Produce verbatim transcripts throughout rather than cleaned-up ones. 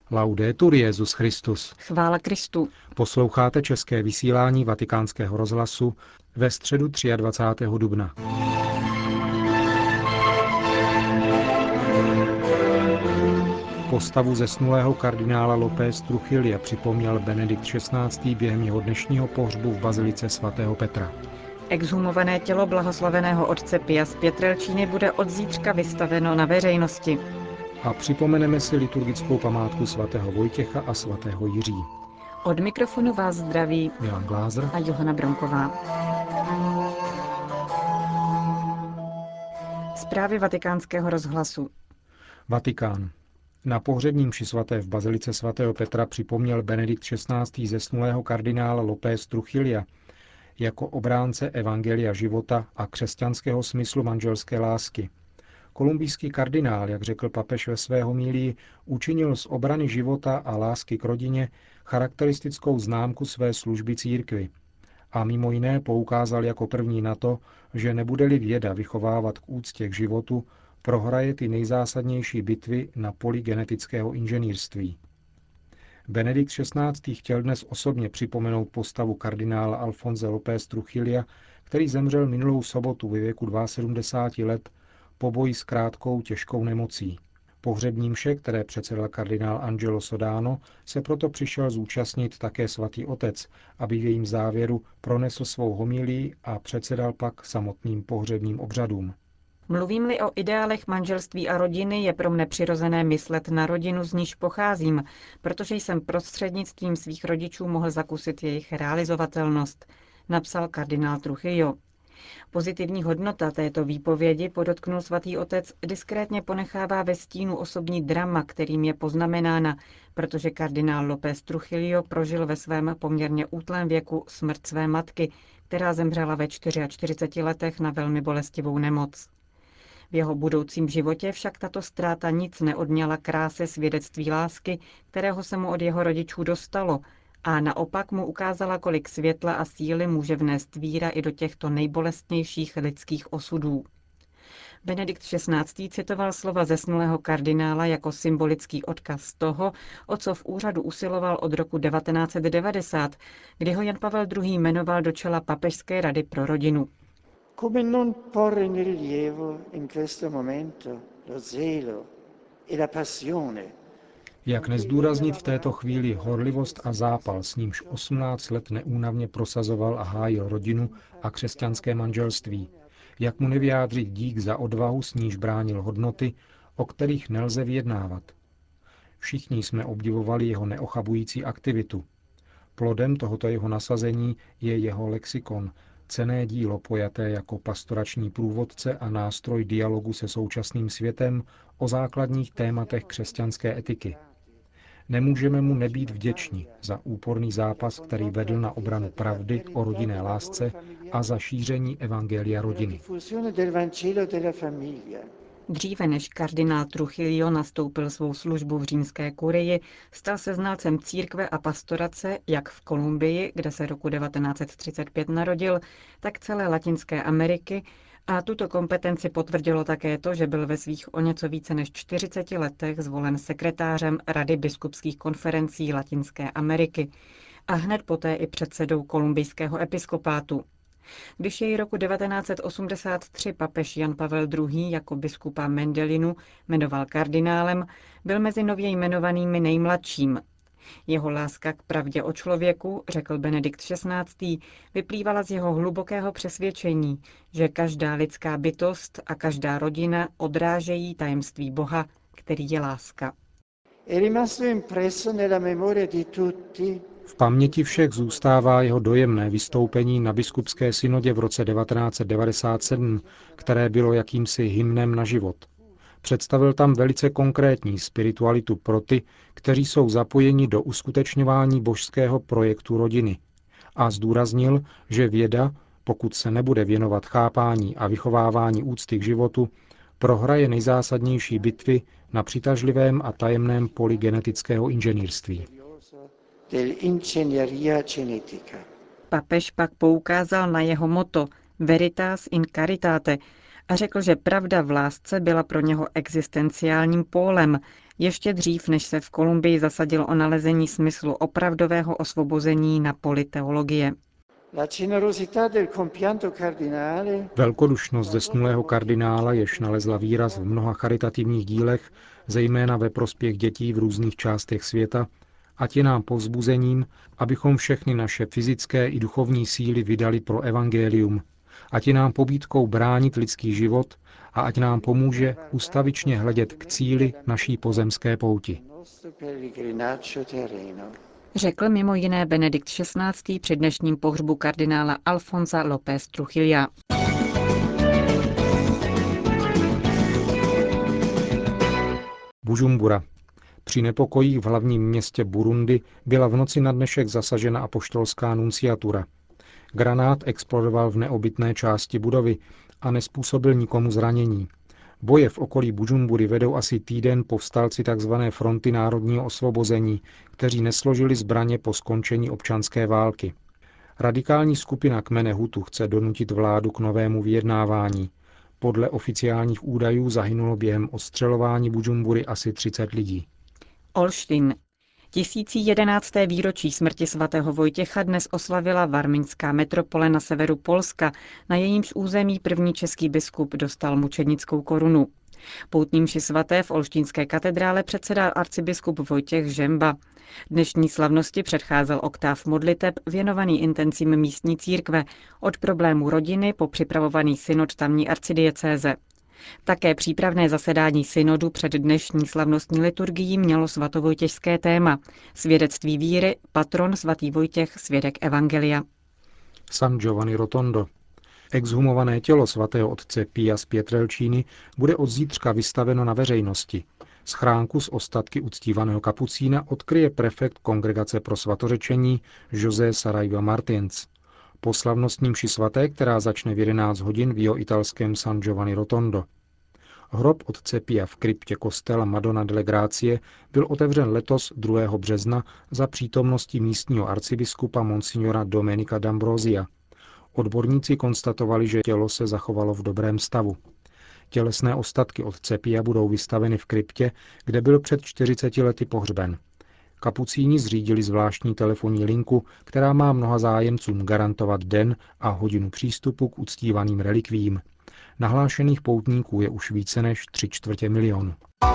Laudetur Jesus Christus. Chvála Kristu. Posloucháte české vysílání Vatikánského rozhlasu ve středu dvacátého třetího dubna. Postavu zesnulého kardinála López Trujilla připomněl Benedikt šestnáctý. během jeho dnešního pohřbu v bazilice svatého Petra. Exhumované tělo blahoslaveného otce Pia z Pietrelcíny bude od zítřka vystaveno na veřejnosti. A připomeneme si liturgickou památku svatého Vojtěcha a svatého Jiří. Od mikrofonu vás zdraví Milan Glázer a Johana Bronková. Zprávy Vatikánského rozhlasu. Vatikán. Na pohřební mši svaté v bazilice svatého Petra připomněl Benedikt šestnáctý. zesnulého kardinála López Trujilla jako obránce evangelia života a křesťanského smyslu manželské lásky. Kolumbijský kardinál, jak řekl papež ve své homílii, učinil z obrany života a lásky k rodině charakteristickou známku své služby církvi. A mimo jiné poukázal jako první na to, že nebude-li věda vychovávat k úctě k životu, prohraje ty nejzásadnější bitvy na poli genetického inženýrství. Benedikt šestnáctý. chtěl dnes osobně připomenout postavu kardinála Alfonse López Trujilla, který zemřel minulou sobotu ve věku sedmdesáti dvou let po boji s krátkou těžkou nemocí. Pohřební mše, které předsedal kardinál Angelo Sodano, se proto přišel zúčastnit také svatý otec, aby v jejím závěru pronesl svou homilii a předsedal pak samotným pohřebním obřadům. Mluvím-li o ideálech manželství a rodiny, je pro mne přirozené myslet na rodinu, z níž pocházím, protože jsem prostřednictvím svých rodičů mohl zakusit jejich realizovatelnost, napsal kardinál Trujillo. Pozitivní hodnota této výpovědi, podotknul svatý otec, diskrétně ponechává ve stínu osobní drama, kterým je poznamenána, protože kardinál López Trujillo prožil ve svém poměrně útlém věku smrt své matky, která zemřela ve čtyřiceti čtyřech letech na velmi bolestivou nemoc. V jeho budoucím životě však tato ztráta nic neodňala kráse svědectví lásky, kterého se mu od jeho rodičů dostalo, a naopak mu ukázala, kolik světla a síly může vnést víra i do těchto nejbolestnějších lidských osudů. Benedikt šestnáctý. citoval slova zesnulého kardinála jako symbolický odkaz toho, o co v úřadu usiloval od roku devatenáct set devadesát, kdy ho Jan Pavel druhý. Jmenoval do čela Papežské rady pro rodinu. Come non porre in rilievo in questo momento lo zelo e la passione. Jak nezdůraznit v této chvíli horlivost a zápal, s nímž osmnáct let neúnavně prosazoval a hájil rodinu a křesťanské manželství. Jak mu nevyjádřit dík za odvahu, s níž bránil hodnoty, o kterých nelze vyjednávat. Všichni jsme obdivovali jeho neochabující aktivitu. Plodem tohoto jeho nasazení je jeho lexikon, cenné dílo pojaté jako pastorační průvodce a nástroj dialogu se současným světem o základních tématech křesťanské etiky. Nemůžeme mu nebýt vděční za úporný zápas, který vedl na obranu pravdy o rodinné lásce a za šíření evangelia rodiny. Dříve než kardinál Trujillo nastoupil svou službu v římské kurii, stal se znalcem církve a pastorace jak v Kolumbii, kde se roku devatenáct set třicet pět narodil, tak celé Latinské Ameriky, a tuto kompetenci potvrdilo také to, že byl ve svých o něco více než čtyřiceti letech zvolen sekretářem Rady biskupských konferencí Latinské Ameriky a hned poté i předsedou kolumbijského episkopátu. Když jej roku devatenáct set osmdesát tři papež Jan Pavel druhý. Jako biskupa Mendelinu jmenoval kardinálem, byl mezi nově jmenovanými nejmladším. Jeho láska k pravdě o člověku, řekl Benedikt šestnáctý., vyplývala z jeho hlubokého přesvědčení, že každá lidská bytost a každá rodina odrážejí tajemství Boha, který je láska. V paměti všech zůstává jeho dojemné vystoupení na biskupské synodě v roce devatenáct set devadesát sedm, které bylo jakýmsi hymnem na život. Představil tam velice konkrétní spiritualitu pro ty, kteří jsou zapojeni do uskutečňování božského projektu rodiny. A zdůraznil, že věda, pokud se nebude věnovat chápání a vychovávání úcty k životu, prohraje nejzásadnější bitvy na přitažlivém a tajemném poli genetického inženýrství. Papež pak poukázal na jeho motto Veritas in Caritate a řekl, že pravda v lásce byla pro něho existenciálním pólem, Ještě dřív, než se v Kolumbii zasadil o nalezení smyslu opravdového osvobození na poli teologie. Velkodušnost zesnulého kardinála, jež nalezla výraz v mnoha charitativních dílech, zejména ve prospěch dětí v různých částech světa, ať je nám povzbuzením, abychom všechny naše fyzické i duchovní síly vydali pro evangelium, ať je nám pobídkou bránit lidský život a ať nám pomůže ustavičně hledět k cíli naší pozemské pouti. Řekl mimo jiné Benedikt šestnáctý při dnešním pohřbu kardinála Alfonsa López Trujilla. Bujumbura. Při nepokojích v hlavním městě Burundi byla v noci na dnešek zasažena apoštolská nunciatura. Granát explodoval v neobytné části budovy a nezpůsobil nikomu zranění. Boje v okolí Bujumbury vedou asi týden povstalci tzv. Fronty národního osvobození, kteří nesložili zbraně po skončení občanské války. Radikální skupina kmene Hutu chce donutit vládu k novému vyjednávání. Podle oficiálních údajů zahynulo během ostřelování Bujumbury asi třicet lidí. Olštin. Tisící jedenácté výročí smrti svatého Vojtěcha dnes oslavila varmiňská metropole na severu Polska, na jejímž území první český biskup dostal mučednickou korunu. Poutní mši svaté v olštínské katedrále předsedal arcibiskup Vojtěch Žemba. Dnešní slavnosti předcházel oktáv modliteb věnovaný intencím místní církve, od problémů rodiny po připravovaný synod tamní arcidiecéze. Také přípravné zasedání synodu před dnešní slavnostní liturgií mělo svatovojtěžské téma. Svědectví víry, patron svatý Vojtěch, svědek evangelia. San Giovanni Rotondo. Exhumované tělo svatého otce Pia z Pietrelcíny bude od zítřka vystaveno na veřejnosti. Schránku s ostatky uctívaného kapucína odkryje prefekt Kongregace pro svatořečení José Saraiva Martins. Po slavnostní mši svaté, která začne v jedenáct hodin v jeho italském San Giovanni Rotondo. Hrob otce Pia v kryptě kostela Madonna delle Grazie byl otevřen letos druhého března za přítomnosti místního arcibiskupa monsignora Domenica D'Ambrosia. Odborníci konstatovali, že tělo se zachovalo v dobrém stavu. Tělesné ostatky otce Pia budou vystaveny v kryptě, kde byl před čtyřiceti lety pohřben. Kapucíni zřídili zvláštní telefonní linku, která má mnoha zájemcům garantovat den a hodinu přístupu k uctívaným relikviím. Nahlášených poutníků je už více než tři čtvrtě milionu.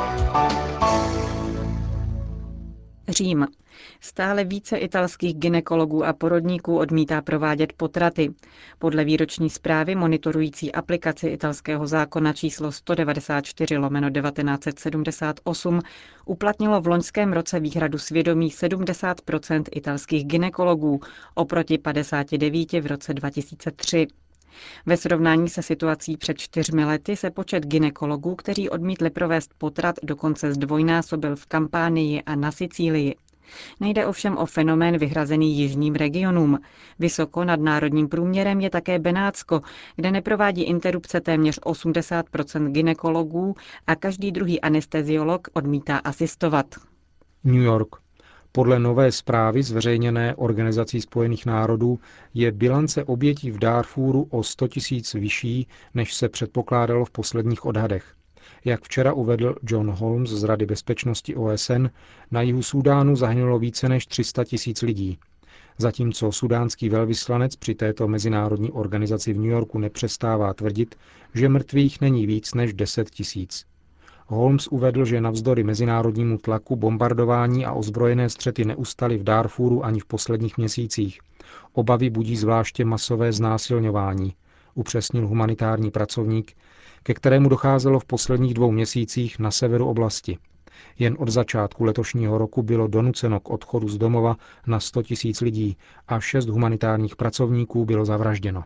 Řím. Stále více italských gynekologů a porodníků odmítá provádět potraty. Podle výroční zprávy monitorující aplikaci italského zákona číslo sto devadesát čtyři lomeno devatenáct set sedmdesát osm uplatnilo v loňském roce výhradu svědomí sedmdesát procent italských gynekologů oproti padesáti devíti v roce dva tisíce tři. Ve srovnání se situací před čtyřmi lety se počet gynekologů, kteří odmítli provést potrat, dokonce zdvojnásobil v Kampánii a na Sicílii. Nejde ovšem o fenomén vyhrazený jižním regionům. Vysoko nad národním průměrem je také Benátsko, kde neprovádí interrupce téměř osmdesát procent gynekologů a každý druhý anesteziolog odmítá asistovat. New York. Podle nové zprávy zveřejněné Organizací spojených národů je bilance obětí v Dárfúru o sto tisíc vyšší, než se předpokládalo v posledních odhadech. Jak včera uvedl John Holmes z Rady bezpečnosti O S N, na jihu Súdánu zahynulo více než tři sta tisíc lidí. Zatímco sudánský velvyslanec při této mezinárodní organizaci v New Yorku nepřestává tvrdit, že mrtvých není víc než deset tisíc. Holmes uvedl, že navzdory mezinárodnímu tlaku bombardování a ozbrojené střety neustaly v Dárfúru ani v posledních měsících. Obavy budí zvláště masové znásilňování, upřesnil humanitární pracovník, ke kterému docházelo v posledních dvou měsících na severu oblasti. Jen od začátku letošního roku bylo donuceno k odchodu z domova na sto tisíc lidí a šest humanitárních pracovníků bylo zavražděno.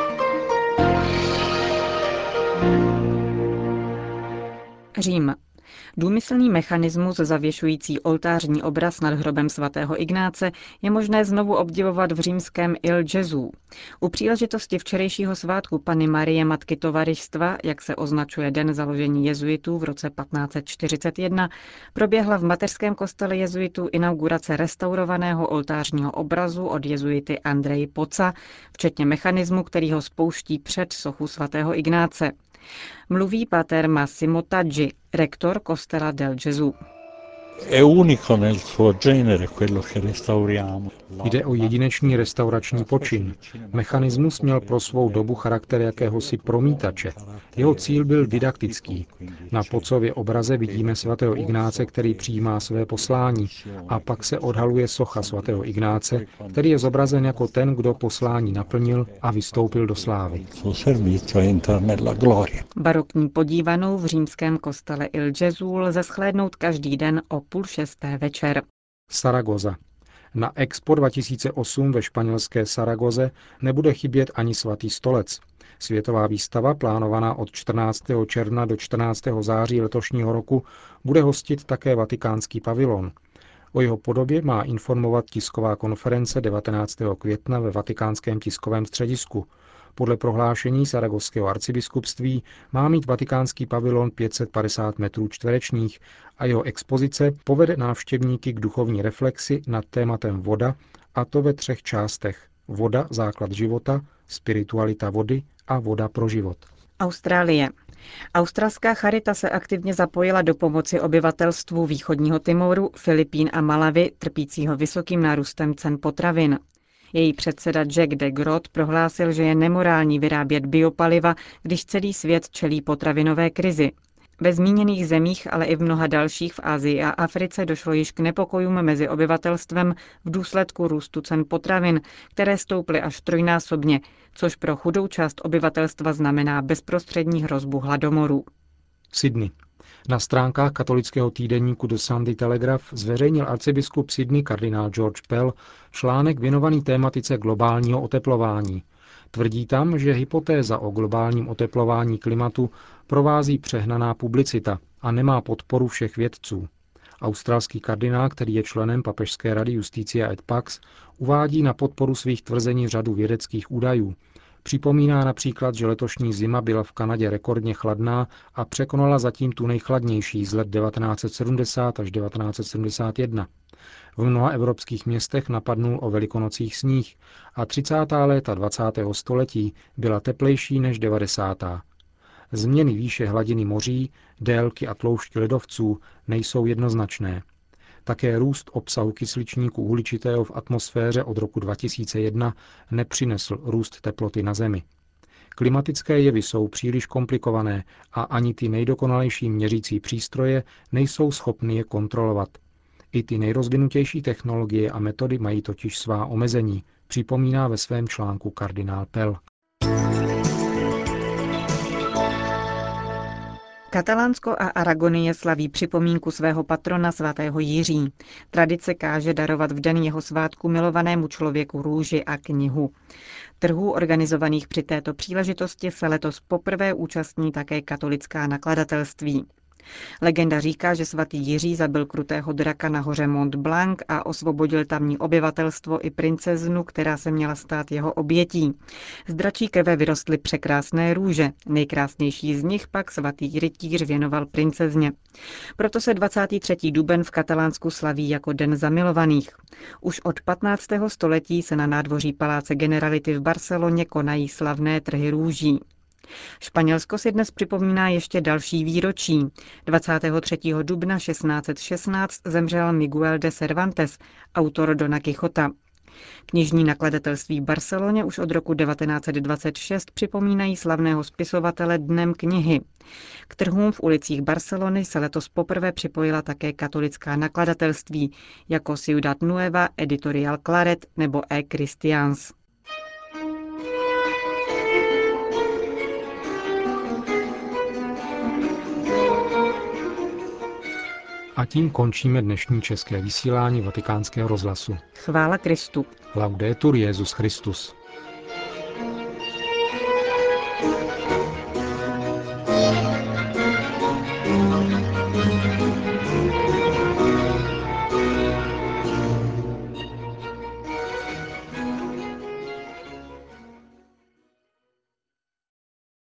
Řím. Důmyslný mechanismus zavěšující oltářní obraz nad hrobem svatého Ignáce je možné znovu obdivovat v římském Il Gesù. U příležitosti včerejšího svátku Panny Marie Matky tovaristva, jak se označuje den založení jezuitů v roce patnáct set čtyřicet jedna, proběhla v mateřském kostele jezuitů inaugurace restaurovaného oltářního obrazu od jezuity Andreji Poca, včetně mechanismu, který ho spouští před sochu svatého Ignáce. Mluví pater Massimo Taggi, rektor kostela del Gesù. Jde o jedinečný restaurační počin. Mechanismus měl pro svou dobu charakter jakéhosi promítače. Jeho cíl byl didaktický. Na Pocově obraze vidíme svatého Ignáce, který přijímá své poslání, a pak se odhaluje socha svatého Ignáce, který je zobrazen jako ten, kdo poslání naplnil a vystoupil do slávy. Barokní podívanou v římském kostele Il Gesù lze shlédnout každý den o půl šesté večer. Saragoza. Na Expo dva tisíce osm ve španělské Saragoze nebude chybět ani svatý stolec. Světová výstava, plánovaná od čtrnáctého června do čtrnáctého září letošního roku, bude hostit také vatikánský pavilon. O jeho podobě má informovat tisková konference devatenáctého května ve vatikánském tiskovém středisku. Podle prohlášení Saragoského arcibiskupství má mít vatikánský pavilon pět set padesát metrů čtverečních a jeho expozice povede návštěvníky k duchovní reflexi nad tématem voda, a to ve třech částech. Voda, základ života, spiritualita vody a voda pro život. Austrálie. Australská charita se aktivně zapojila do pomoci obyvatelstvu východního Timoru, Filipín a Malavy, trpícího vysokým nárůstem cen potravin. Její předseda Jack de Groot prohlásil, že je nemorální vyrábět biopaliva, když celý svět čelí potravinové krizi. Ve zmíněných zemích, ale i v mnoha dalších v Asii a Africe došlo již k nepokojům mezi obyvatelstvem v důsledku růstu cen potravin, které stouply až trojnásobně, což pro chudou část obyvatelstva znamená bezprostřední hrozbu hladomoru. Sydney. Na stránkách katolického týdeníku The Sunday Telegraph zveřejnil arcibiskup Sydney kardinál George Pell článek věnovaný tématice globálního oteplování. Tvrdí tam, že hypotéza o globálním oteplování klimatu provází přehnaná publicita a nemá podporu všech vědců. Australský kardinál, který je členem Papežské rady Justitia et Pax, uvádí na podporu svých tvrzení řadu vědeckých údajů. Připomíná například, že letošní zima byla v Kanadě rekordně chladná a překonala zatím tu nejchladnější z let devatenáct set sedmdesát až devatenáct set sedmdesát jedna. V mnoha evropských městech napadnul o Velikonocích sníh a třicátá léta dvacátého století byla teplejší než devadesátá. Změny výše hladiny moří, délky a tloušťky ledovců nejsou jednoznačné. Také růst obsahu kysličníku uhličitého v atmosféře od roku dva tisíce jedna nepřinesl růst teploty na Zemi. Klimatické jevy jsou příliš komplikované a ani ty nejdokonalejší měřící přístroje nejsou schopny je kontrolovat. I ty nejrozvinutější technologie a metody mají totiž svá omezení, připomíná ve svém článku kardinál Pell. Katalánsko a Aragonie slaví připomínku svého patrona svatého Jiří. Tradice káže darovat v den jeho svátku milovanému člověku růži a knihu. Trhů organizovaných při této příležitosti se letos poprvé účastní také katolická nakladatelství. Legenda říká, že svatý Jiří zabil krutého draka na hoře Mont Blanc a osvobodil tamní obyvatelstvo i princeznu, která se měla stát jeho obětí. Z dračí krve vyrostly překrásné růže, nejkrásnější z nich pak svatý rytíř věnoval princezně. Proto se dvacátého třetího duben v Katalánsku slaví jako Den zamilovaných. Už od patnáctého století se na nádvoří Paláce Generality v Barceloně konají slavné trhy růží. Španělsko si dnes připomíná ještě další výročí. dvacátého třetího dubna šestnáct set šestnáct zemřel Miguel de Cervantes, autor Dona Quixota. Knižní nakladatelství v Barceloně už od roku devatenáct set dvacet šest připomínají slavného spisovatele Dnem knihy. K trhům v ulicích Barcelony se letos poprvé připojila také katolická nakladatelství, jako Ciudad Nueva, Editorial Claret nebo E. Christians. A tím končíme dnešní české vysílání Vatikánského rozhlasu. Chvála Kristu. Laudetur Jesus Christus.